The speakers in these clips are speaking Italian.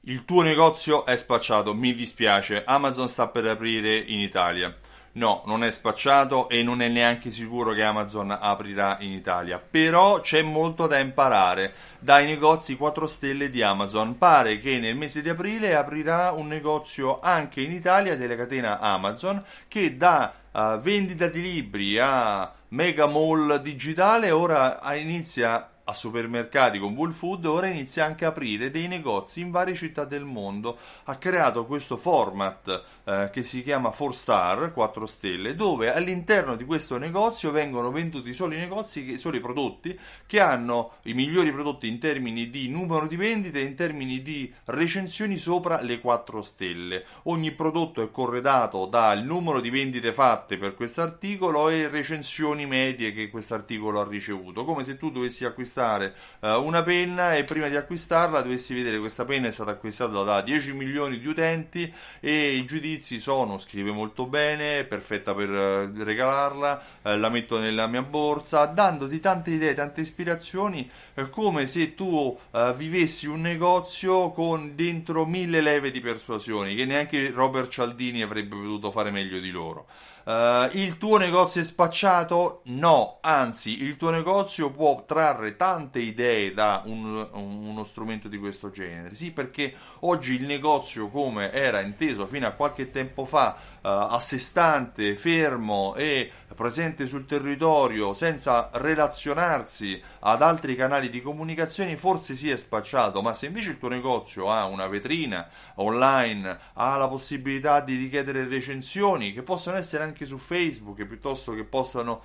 Il tuo negozio è spacciato, mi dispiace, Amazon sta per aprire in Italia. No, non è spacciato e non è neanche sicuro che Amazon aprirà in Italia. Però c'è molto da imparare dai negozi 4 stelle di Amazon. Pare che nel mese di aprile aprirà un negozio anche in Italia della catena Amazon che da vendita di libri a mega mall digitale ora inizia a supermercati con Whole Food, ora inizia anche a aprire dei negozi in varie città del mondo. Ha creato questo format che si chiama 4 Star, 4 stelle, dove all'interno di questo negozio vengono venduti solo i negozi, solo i prodotti che hanno i migliori prodotti in termini di numero di vendite e in termini di recensioni sopra le 4 stelle. Ogni prodotto è corredato dal numero di vendite fatte per questo articolo e recensioni medie che questo articolo ha ricevuto, come se tu dovessi acquistare una penna e prima di acquistarla dovessi vedere questa penna è stata acquistata da 10 milioni di utenti e i giudizi sono: scrive molto bene, perfetta per regalarla, la metto nella mia borsa, dandoti tante idee, tante ispirazioni, come se tu vivessi un negozio con dentro 1000 leve di persuasioni che neanche Robert Cialdini avrebbe potuto fare meglio di loro. Il tuo negozio è spacciato? No, anzi, il tuo negozio può trarre tante idee da uno strumento di questo genere. Sì, perché oggi il negozio, come era inteso fino a qualche tempo fa, a sé stante, fermo e presente sul territorio senza relazionarsi ad altri canali di comunicazione, forse si è spacciato. Ma se invece il tuo negozio ha una vetrina online, ha la possibilità di richiedere recensioni che possono essere anche su Facebook, piuttosto che possano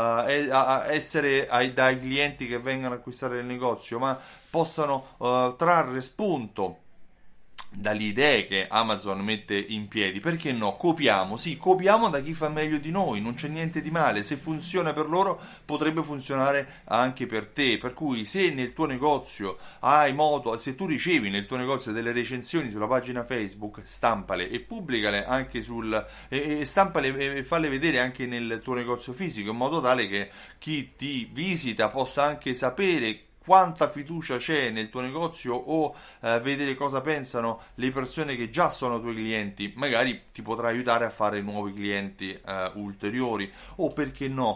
essere dai clienti che vengono a acquistare il negozio, ma possano trarre spunto dalle idee che Amazon mette in piedi. Perché no? Copiamo, sì, copiamo da chi fa meglio di noi, non c'è niente di male. Se funziona per loro potrebbe funzionare anche per te, per cui se nel tuo negozio hai modo, se tu ricevi nel tuo negozio delle recensioni sulla pagina Facebook, stampale e pubblicale anche e stampale e falle vedere anche nel tuo negozio fisico, in modo tale che chi ti visita possa anche sapere quanta fiducia c'è nel tuo negozio o vedere cosa pensano le persone che già sono tuoi clienti. Magari ti potrà aiutare a fare nuovi clienti ulteriori, o perché no,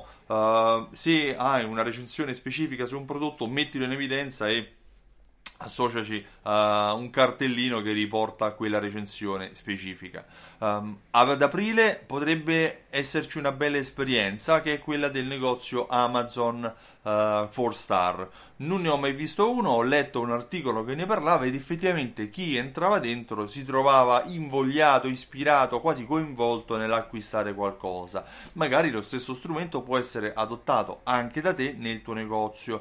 se hai una recensione specifica su un prodotto, mettilo in evidenza e associaci a un cartellino che riporta quella recensione specifica. Ad aprile potrebbe esserci una bella esperienza, che è quella del negozio Amazon 4 Star. Non ne ho mai visto uno, ho letto un articolo che ne parlava ed effettivamente chi entrava dentro si trovava invogliato, ispirato, quasi coinvolto nell'acquistare qualcosa. Magari lo stesso strumento può essere adottato anche da te nel tuo negozio.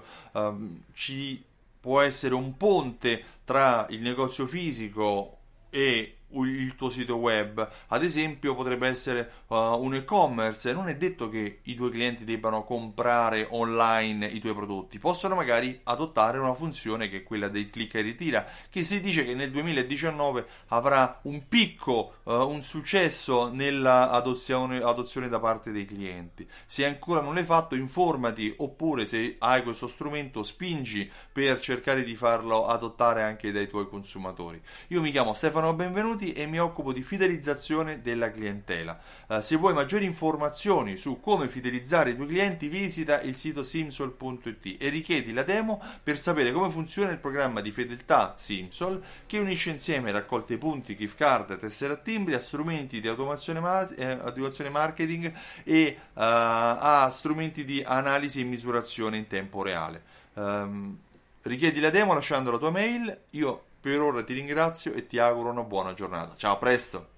Ci può essere un ponte tra il negozio fisico e il tuo sito web. Ad esempio potrebbe essere un e-commerce. Non è detto che i tuoi clienti debbano comprare online i tuoi prodotti, possono magari adottare una funzione che è quella dei clicca e ritira, che si dice che nel 2019 avrà un picco, un successo nella adozione da parte dei clienti. Se ancora non l'hai fatto, informati, oppure se hai questo strumento spingi per cercare di farlo adottare anche dai tuoi consumatori. Io mi chiamo Stefano Benvenuti e mi occupo di fidelizzazione della clientela. Se vuoi maggiori informazioni su come fidelizzare i tuoi clienti, visita il sito simsol.it e richiedi la demo per sapere come funziona il programma di fedeltà Simsol, che unisce insieme raccolte punti, gift card, tessere a timbri a strumenti di automazione marketing e a strumenti di analisi e misurazione in tempo reale. Richiedi la demo lasciando la tua mail. Io per ora ti ringrazio e ti auguro una buona giornata. Ciao, a presto!